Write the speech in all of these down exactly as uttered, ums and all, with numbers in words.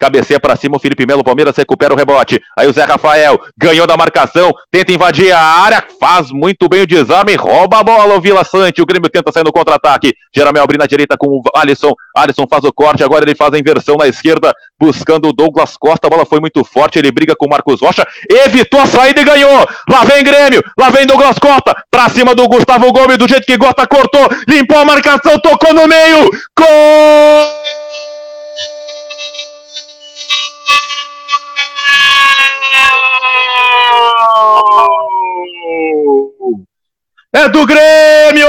cabeceia pra cima o Felipe Melo, Palmeiras recupera o rebote, aí o Zé Rafael, ganhou da marcação, tenta invadir a área, faz muito bem o desarme, rouba a bola o Vila Sante, o Grêmio tenta sair no contra-ataque, Jeromel abre na direita com o Alisson, Alisson faz o corte, agora ele faz a inversão na esquerda, buscando o Douglas Costa, a bola foi muito forte, ele briga com o Marcos Rocha, evitou a saída e ganhou, lá vem Grêmio, lá vem Douglas Costa, pra cima do Gustavo Gomes, do jeito que gosta, cortou, limpou a marcação, tocou no meio, gol! É do Grêmio!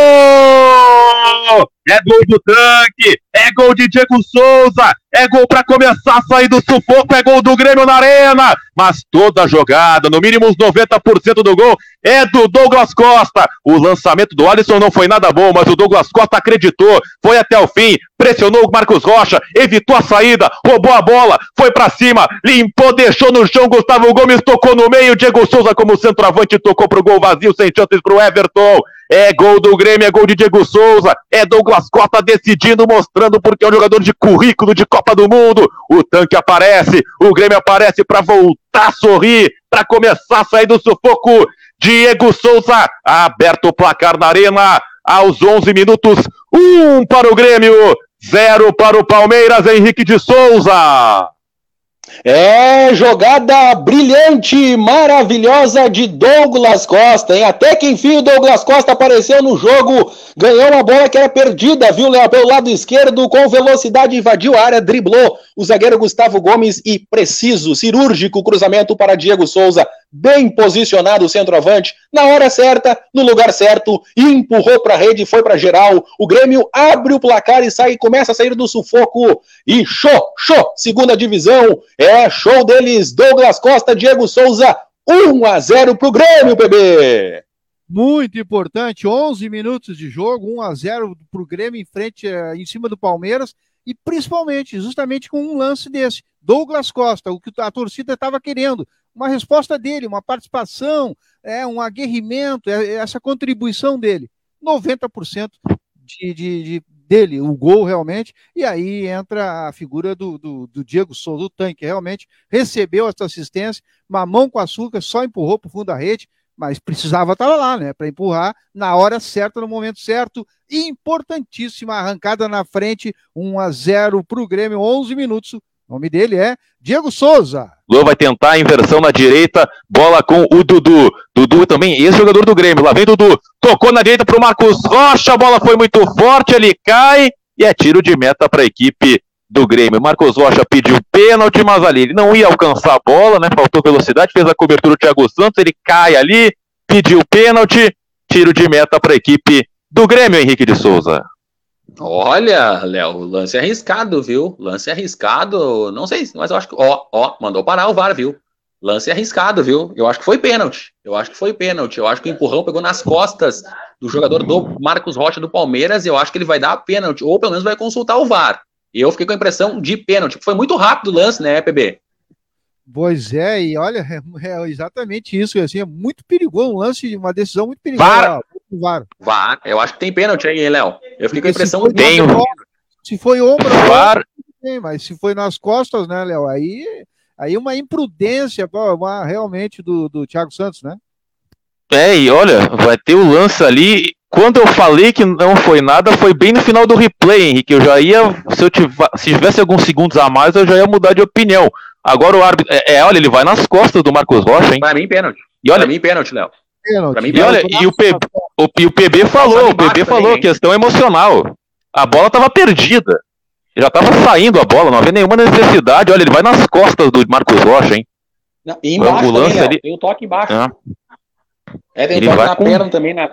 É gol do Tanque, é gol de Diego Souza, é gol pra começar a sair do sufoco, é gol do Grêmio na arena, mas toda a jogada, no mínimo uns noventa por cento do gol, é do Douglas Costa. O lançamento do Alisson não foi nada bom, mas o Douglas Costa acreditou, foi até o fim, pressionou o Marcos Rocha, evitou a saída, roubou a bola, foi pra cima, limpou, deixou no chão, Gustavo Gomes tocou no meio, Diego Souza como centroavante tocou pro gol vazio, sem chances pro Everton. É gol do Grêmio, é gol de Diego Souza, é Douglas Costa decidindo, mostrando porque é um jogador de currículo de Copa do Mundo. O Tanque aparece, o Grêmio aparece para voltar a sorrir, para começar a sair do sufoco. Diego Souza, aberto o placar na arena, aos onze minutos, um para o Grêmio, zero para o Palmeiras, Henrique de Souza. É, jogada brilhante, maravilhosa de Douglas Costa, hein? Até que enfim o Douglas Costa apareceu no jogo, ganhou uma bola que era perdida, viu, Léo? Pelo lado esquerdo, com velocidade, invadiu a área, driblou o zagueiro Gustavo Gomes e preciso, cirúrgico cruzamento para Diego Souza, bem posicionado o centroavante, na hora certa, no lugar certo, e empurrou para a rede, foi para geral. O Grêmio abre o placar e sai, começa a sair do sufoco, e show, show, segunda divisão, é show deles, Douglas Costa, Diego Souza, um a zero pro Grêmio, P B. Muito importante, onze minutos de jogo, um a zero pro Grêmio em frente, em cima do Palmeiras, e principalmente, justamente com um lance desse, Douglas Costa, o que a torcida estava querendo, uma resposta dele, uma participação, é, um aguerrimento, é, essa contribuição dele, noventa por cento de, de, de, dele, o gol realmente, e aí entra a figura do, do, do Diego Souza, do Tanque, realmente recebeu essa assistência, mamão com açúcar, só empurrou para o fundo da rede, mas precisava estar lá, né, para empurrar na hora certa, no momento certo, importantíssima arrancada na frente, um a zero para o Grêmio, onze minutos, o nome dele é Diego Souza. Lô vai tentar a inversão na direita, bola com o Dudu, Dudu também, ex-jogador do Grêmio, lá vem Dudu, tocou na direita para o Marcos Rocha, a bola foi muito forte, ele cai, e é tiro de meta para a equipe do Grêmio. Marcos Rocha pediu pênalti, mas ali ele não ia alcançar a bola, né? Faltou velocidade, fez a cobertura do Thiago Santos, ele cai ali, pediu pênalti, tiro de meta para a equipe do Grêmio, Henrique de Souza. Olha, Léo, lance arriscado, viu? Lance arriscado, não sei, mas eu acho que, ó, ó, mandou parar o V A R, viu? Lance arriscado, viu? Eu acho que foi pênalti, eu acho que foi pênalti, eu acho que o empurrão pegou nas costas do jogador do Marcos Rocha do Palmeiras, e eu acho que ele vai dar pênalti, ou pelo menos vai consultar o V A R. E eu fiquei com a impressão de pênalti. Foi muito rápido o lance, né, P B? Pois é, e olha, é, é exatamente isso. Assim, é muito perigoso, um lance, uma decisão muito perigosa. V A R. V A R. V A R. Eu acho que tem pênalti aí, Léo. Eu fiquei com a impressão de tem. Se foi ombro, V A R. Tem, mas se foi nas costas, né, Léo? Aí, aí uma imprudência, uma, realmente, do, do Thiago Santos, né? É, e olha, vai ter o lance ali. Quando eu falei que não foi nada, foi bem no final do replay, Henrique. Eu já ia, se eu tivesse, se tivesse alguns segundos a mais, eu já ia mudar de opinião. Agora o árbitro, é, é olha, ele vai nas costas do Marcos Rocha, hein? Pra mim, pênalti. E olha, pra mim, pênalti, Léo. Pra mim, e olha, e o, P, o, o P B falou, o P B falou, também, questão emocional. A bola tava perdida. Já tava saindo a bola, não havia nenhuma necessidade. Olha, ele vai nas costas do Marcos Rocha, hein? Não, e embaixo o lance também, ali... tem o toque embaixo. Ah. É, tem ele toque vai na com... perna também, na...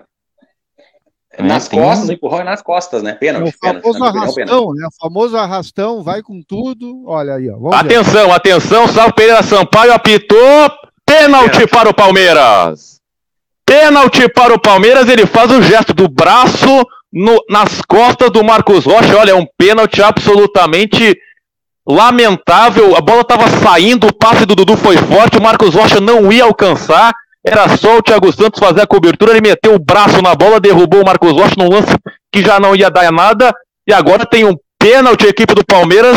É, nas tem... costas, empurrão é nas costas, né? Pênalti. É o famoso pênalti, arrastão, né? O famoso arrastão, vai com tudo. Olha aí, ó. Vamos atenção, ver. atenção, Salvo Pereira Sampaio apitou. Pênalti, pênalti para o Palmeiras. Pênalti para o Palmeiras, ele faz o gesto do braço no, nas costas do Marcos Rocha. Olha, é um pênalti absolutamente lamentável. A bola estava saindo, o passe do Dudu foi forte, o Marcos Rocha não ia alcançar. Era só o Thiago Santos fazer a cobertura, ele meteu o braço na bola, derrubou o Marcos Rocha num lance que já não ia dar nada, e agora tem um pênalti a equipe do Palmeiras,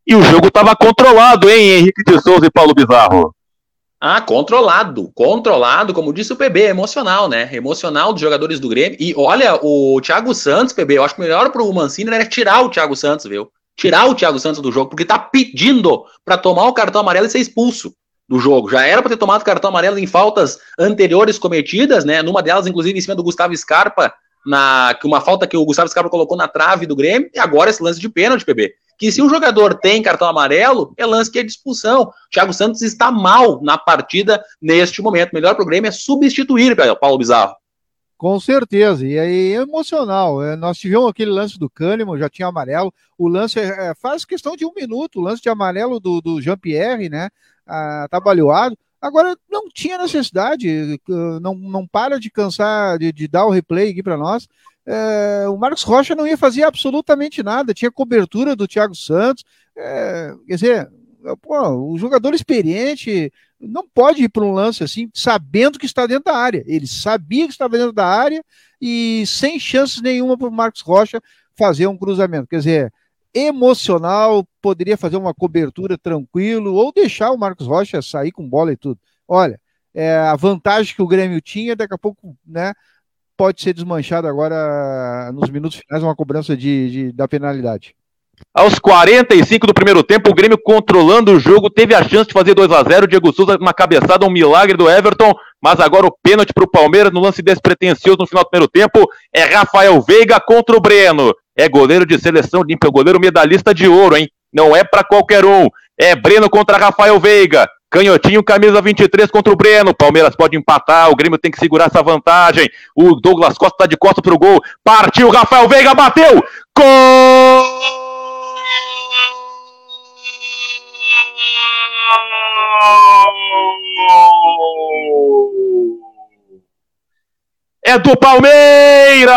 e o jogo estava controlado, hein, Henrique de Souza e Paulo Bizarro? Ah, controlado, controlado, como disse o P B, emocional, né? Emocional dos jogadores do Grêmio. E olha, o Thiago Santos, P B, eu acho que o melhor pro Mancini era tirar o Thiago Santos, viu? Tirar o Thiago Santos do jogo, porque tá pedindo para tomar o cartão amarelo e ser expulso do jogo. Já era para ter tomado cartão amarelo em faltas anteriores cometidas, né? Numa delas, inclusive, em cima do Gustavo Scarpa, na, uma falta que o Gustavo Scarpa colocou na trave do Grêmio, e agora esse lance de pênalti, P B. Que se o jogador tem cartão amarelo, é lance que é de expulsão. O Thiago Santos está mal na partida neste momento. Melhor pro Grêmio é substituir, Paulo Bizarro. Com certeza, e aí é emocional. É, nós tivemos aquele lance do Kahneman, já tinha amarelo. O lance é, faz questão de um minuto, o lance de amarelo do, do Jean-Pierre, né? Ah, trabalhado. Agora, não tinha necessidade, não, não para de cansar de, de dar o replay aqui para nós. É, o Marcos Rocha não ia fazer absolutamente nada, tinha cobertura do Thiago Santos, é, quer dizer, pô, o jogador experiente não pode ir para um lance assim, sabendo que está dentro da área. Ele sabia que estava dentro da área e sem chances nenhuma para o Marcos Rocha fazer um cruzamento. Quer dizer, emocional, poderia fazer uma cobertura tranquilo ou deixar o Marcos Rocha sair com bola e tudo. Olha, é, a vantagem que o Grêmio tinha, daqui a pouco, né, pode ser desmanchado agora nos minutos finais, uma cobrança de, de, da penalidade. Aos quarenta e cinco do primeiro tempo, o Grêmio controlando o jogo, teve a chance de fazer dois a zero, o Diego Souza, uma cabeçada, um milagre do Everton, mas agora o pênalti para o Palmeiras, no lance despretensioso no final do primeiro tempo, é Rafael Veiga contra o Breno. É goleiro de seleção limpa, é goleiro medalhista de ouro, hein? Não é para qualquer um. É Breno contra Rafael Veiga. Canhotinho, camisa vinte e três contra o Breno. Palmeiras pode empatar, o Grêmio tem que segurar essa vantagem. O Douglas Costa tá de costa pro gol. Partiu, Rafael Veiga, bateu! Gol! É do Palmeiras!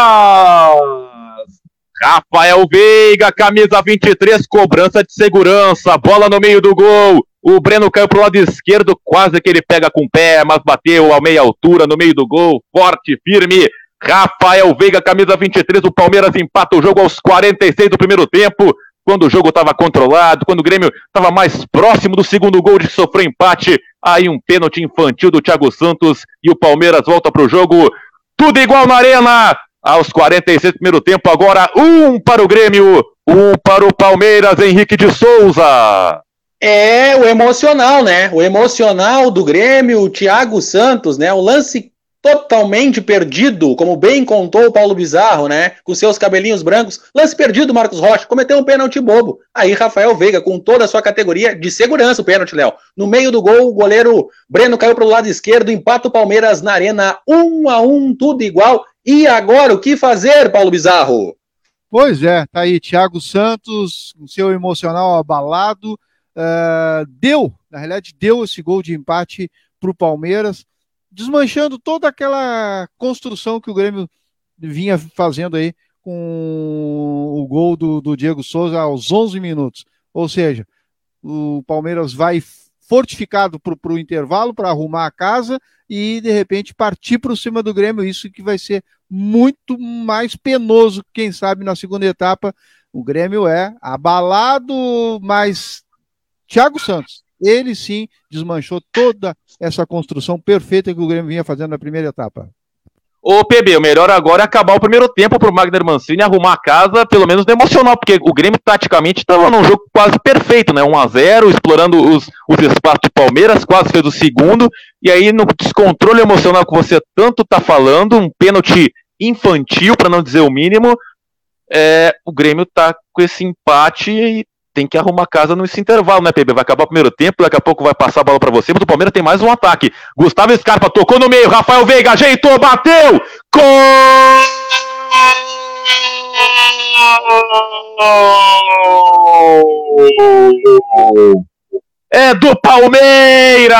Rafael Veiga, camisa vinte e três, cobrança de segurança, bola no meio do gol. O Breno caiu pro lado esquerdo, quase que ele pega com o pé, mas bateu a meia altura no meio do gol, forte, firme. Rafael Veiga, camisa vinte e três, o Palmeiras empata o jogo aos quarenta e seis do primeiro tempo, quando o jogo estava controlado, quando o Grêmio estava mais próximo do segundo gol de sofrer empate. Aí um pênalti infantil do Thiago Santos e o Palmeiras volta pro jogo, tudo igual na arena. Aos quarenta e seis do primeiro tempo, agora um para o Grêmio, um para o Palmeiras, Henrique de Souza. É, o emocional, né? O emocional do Grêmio, o Thiago Santos, né? O lance totalmente perdido, como bem contou o Paulo Bizarro, né? Com seus cabelinhos brancos. Lance perdido, Marcos Rocha. Cometeu um pênalti bobo. Aí Rafael Veiga, com toda a sua categoria de segurança, o pênalti, Léo. No meio do gol, o goleiro Breno caiu para o lado esquerdo, empata o Palmeiras na arena, um a um, tudo igual. E agora, o que fazer, Paulo Bizarro? Pois é, tá aí, Thiago Santos, com seu emocional abalado, uh, deu, na realidade, deu esse gol de empate para o Palmeiras, desmanchando toda aquela construção que o Grêmio vinha fazendo aí com o gol do, do Diego Souza aos onze minutos. Ou seja, o Palmeiras vai fortificado para o intervalo, para arrumar a casa e, de repente, partir para cima do Grêmio. Isso que vai ser muito mais penoso, quem sabe, na segunda etapa. O Grêmio é abalado, mas Thiago Santos, ele sim desmanchou toda essa construção perfeita que o Grêmio vinha fazendo na primeira etapa. Ô P B, o melhor agora é acabar o primeiro tempo pro Wagner Mancini arrumar a casa, pelo menos no emocional, porque o Grêmio taticamente estava num jogo quase perfeito, né? um a zero, explorando os, os espaços do Palmeiras, quase fez o segundo, e aí no descontrole emocional que você tanto tá falando, um pênalti infantil, para não dizer o mínimo, é, o Grêmio tá com esse empate e tem que arrumar a casa nesse intervalo, né, P B? Vai acabar o primeiro tempo, daqui a pouco vai passar a bola pra você, mas o Palmeiras tem mais um ataque. Gustavo Scarpa tocou no meio, Rafael Veiga ajeitou, bateu! Gol! É do Palmeiras!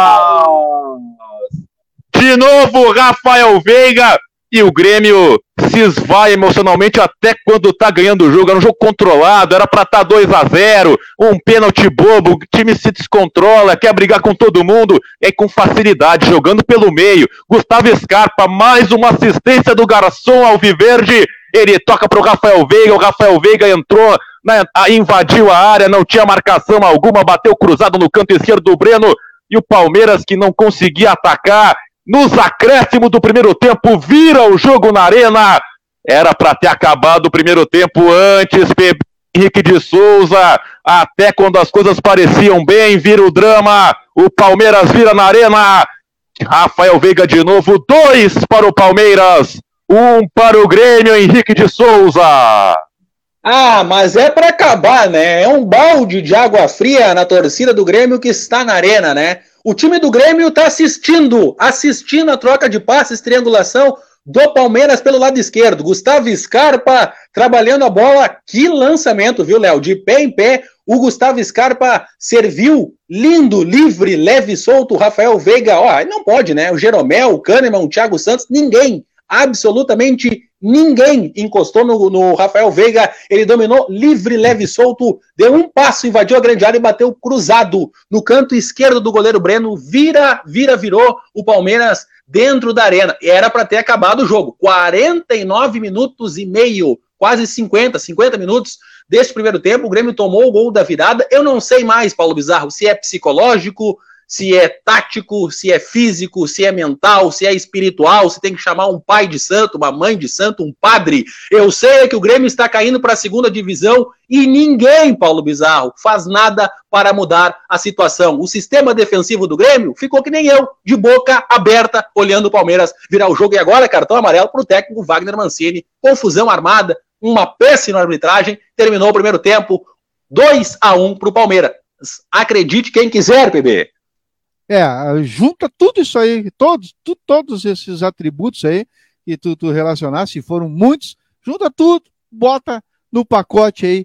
De novo, Rafael Veiga, e o Grêmio se esvai emocionalmente até quando tá ganhando o jogo. Era um jogo controlado, era pra estar dois a zero, um pênalti bobo, o time se descontrola, quer brigar com todo mundo, e aí com facilidade, jogando pelo meio. Gustavo Scarpa, mais uma assistência do garçom alviverde, ele toca pro Rafael Veiga, o Rafael Veiga entrou né, invadiu a área, não tinha marcação alguma, bateu cruzado no canto esquerdo do Breno, e o Palmeiras, que não conseguia atacar, nos acréscimos do primeiro tempo, vira o jogo na Arena. Era para ter acabado o primeiro tempo antes, Henrique de Souza, até quando as coisas pareciam bem, vira o drama, o Palmeiras vira na Arena, Rafael Veiga de novo, dois para o Palmeiras, um para o Grêmio, Henrique de Souza. Ah, mas é para acabar, né? É um balde de água fria na torcida do Grêmio que está na Arena, né? O time do Grêmio está assistindo, assistindo a troca de passes, triangulação do Palmeiras pelo lado esquerdo. Gustavo Scarpa trabalhando a bola. Que lançamento, viu, Léo? De pé em pé, o Gustavo Scarpa serviu lindo, livre, leve e solto. O Rafael Veiga, ó, não pode, né? O Jeromel, o Kahneman, o Thiago Santos, ninguém, absolutamente ninguém encostou no, no Rafael Veiga. Ele dominou livre, leve e solto, deu um passo, invadiu a grande área e bateu cruzado no canto esquerdo do goleiro Breno. Vira, vira, virou o Palmeiras dentro da Arena. Era para ter acabado o jogo. quarenta e nove minutos e meio, quase cinquenta, cinquenta minutos deste primeiro tempo. O Grêmio tomou o gol da virada. Eu não sei mais, Paulo Bizarro, se é psicológico, se é tático, se é físico, se é mental, se é espiritual, se tem que chamar um pai de santo, uma mãe de santo, um padre. Eu sei que o Grêmio está caindo para a segunda divisão e ninguém, Paulo Bizarro, faz nada para mudar a situação. O sistema defensivo do Grêmio ficou que nem eu, de boca aberta, olhando o Palmeiras virar o jogo. E agora, cartão amarelo para o técnico Wagner Mancini. Confusão armada, uma péssima arbitragem. Terminou o primeiro tempo, dois a um para o Palmeiras. Acredite quem quiser, P B. É, junta tudo isso aí, todos, tu, todos esses atributos aí que tu, tu relacionaste, foram muitos, junta tudo, bota no pacote aí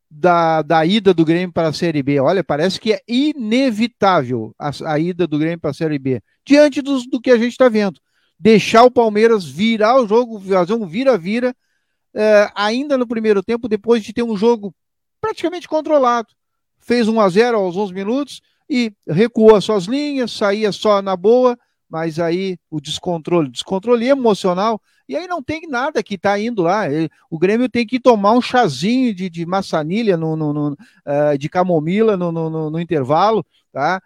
da, da ida do Grêmio para a Série B. Olha, parece que é inevitável a, a ida do Grêmio para a Série B, diante dos, do que a gente está vendo. Deixar o Palmeiras virar o jogo, fazer um vira-vira, é, ainda no primeiro tempo, depois de ter um jogo praticamente controlado. Fez um a zero aos onze minutos, e recuou as suas linhas, saía só na boa, mas aí o descontrole, descontrole emocional, e aí não tem nada que está indo lá. Ele, o Grêmio tem que tomar um chazinho de, de maçanilha, no, no, no, uh, de camomila no, no, no intervalo, tá?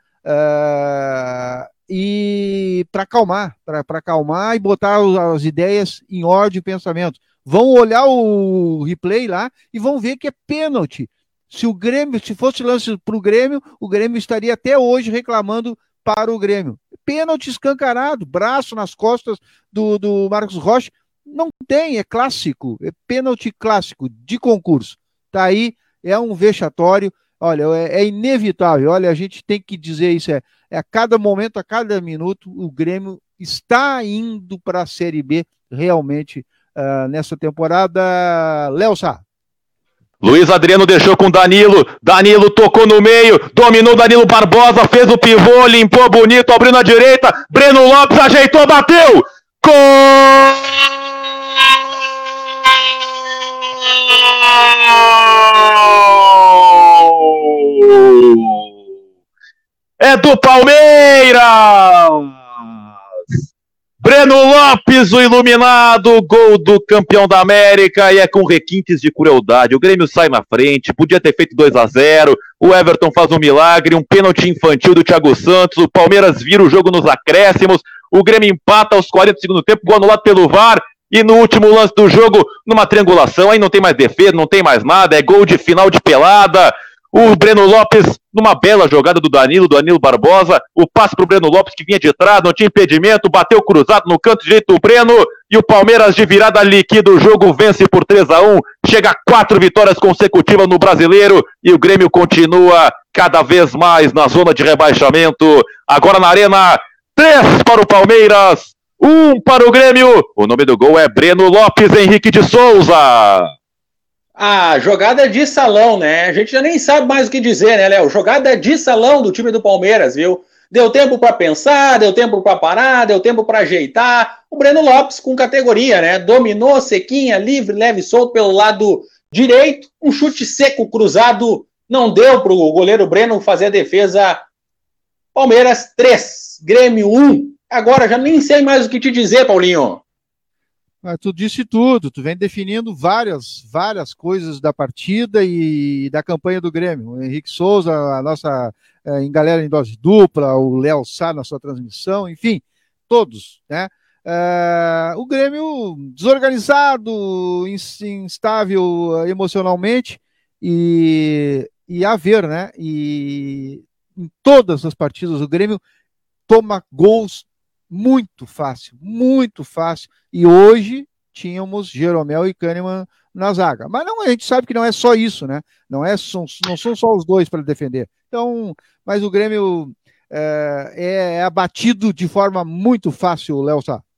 Uh, e para acalmar, para acalmar e botar as ideias em ordem de pensamento. Vão olhar o replay lá e vão ver que é pênalti. Se o Grêmio, se fosse lance para o Grêmio, o Grêmio estaria até hoje reclamando para o Grêmio. Pênalti escancarado, braço nas costas do, do Marcos Rocha. Não tem, é clássico, é pênalti clássico de concurso. Tá aí, é um vexatório. Olha, é, é inevitável. Olha, a gente tem que dizer isso. É, é a cada momento, a cada minuto, o Grêmio está indo para a Série B realmente uh, nessa temporada. Léo Sá. Luiz Adriano deixou com Danilo, Danilo tocou no meio, dominou Danilo Barbosa, fez o pivô, limpou bonito, abriu na direita, Breno Lopes ajeitou, bateu, gol! É do Palmeiras! Breno Lopes, o iluminado, gol do campeão da América, e é com requintes de crueldade. O Grêmio sai na frente, podia ter feito dois a zero, o Everton faz um milagre, um pênalti infantil do Thiago Santos, o Palmeiras vira o jogo nos acréscimos, o Grêmio empata aos quarenta do segundo tempo, gol anulado pelo V A R, e no último lance do jogo, numa triangulação, aí não tem mais defesa, não tem mais nada, é gol de final de pelada. O Breno Lopes, numa bela jogada do Danilo, do Danilo Barbosa, o passe pro Breno Lopes que vinha de trás, não tinha impedimento, bateu cruzado no canto direito do Breno, e o Palmeiras de virada liquida o jogo, vence por três a um, chega a quatro vitórias consecutivas no Brasileiro, e o Grêmio continua cada vez mais na zona de rebaixamento. Agora na Arena, três para o Palmeiras, um para o Grêmio. O nome do gol é Breno Lopes, Henrique de Souza. Ah, jogada de salão, né? A gente já nem sabe mais o que dizer, né, Léo? Jogada de salão do time do Palmeiras, viu? Deu tempo para pensar, deu tempo para parar, deu tempo para ajeitar. O Breno Lopes com categoria, né? Dominou, sequinha, livre, leve, solto pelo lado direito. Um chute seco, cruzado. Não deu para o goleiro Breno fazer a defesa. Palmeiras três, Grêmio um. Agora já nem sei mais o que te dizer, Paulinho. Mas tu disse tudo, tu vem definindo várias, várias coisas da partida e da campanha do Grêmio. O Henrique Souza, a nossa é, em galera em dose dupla, o Léo Sá na sua transmissão, enfim, todos, né? É, o Grêmio desorganizado, instável emocionalmente e, e a ver, né? E em todas as partidas o Grêmio toma gols muito fácil, muito fácil. E hoje tínhamos Jeromel e Kahneman na zaga. Mas não, a gente sabe que não é só isso, né? Não, é, são, não são só os dois para defender. Então, mas o Grêmio é, é abatido de forma muito fácil, Léo Sá.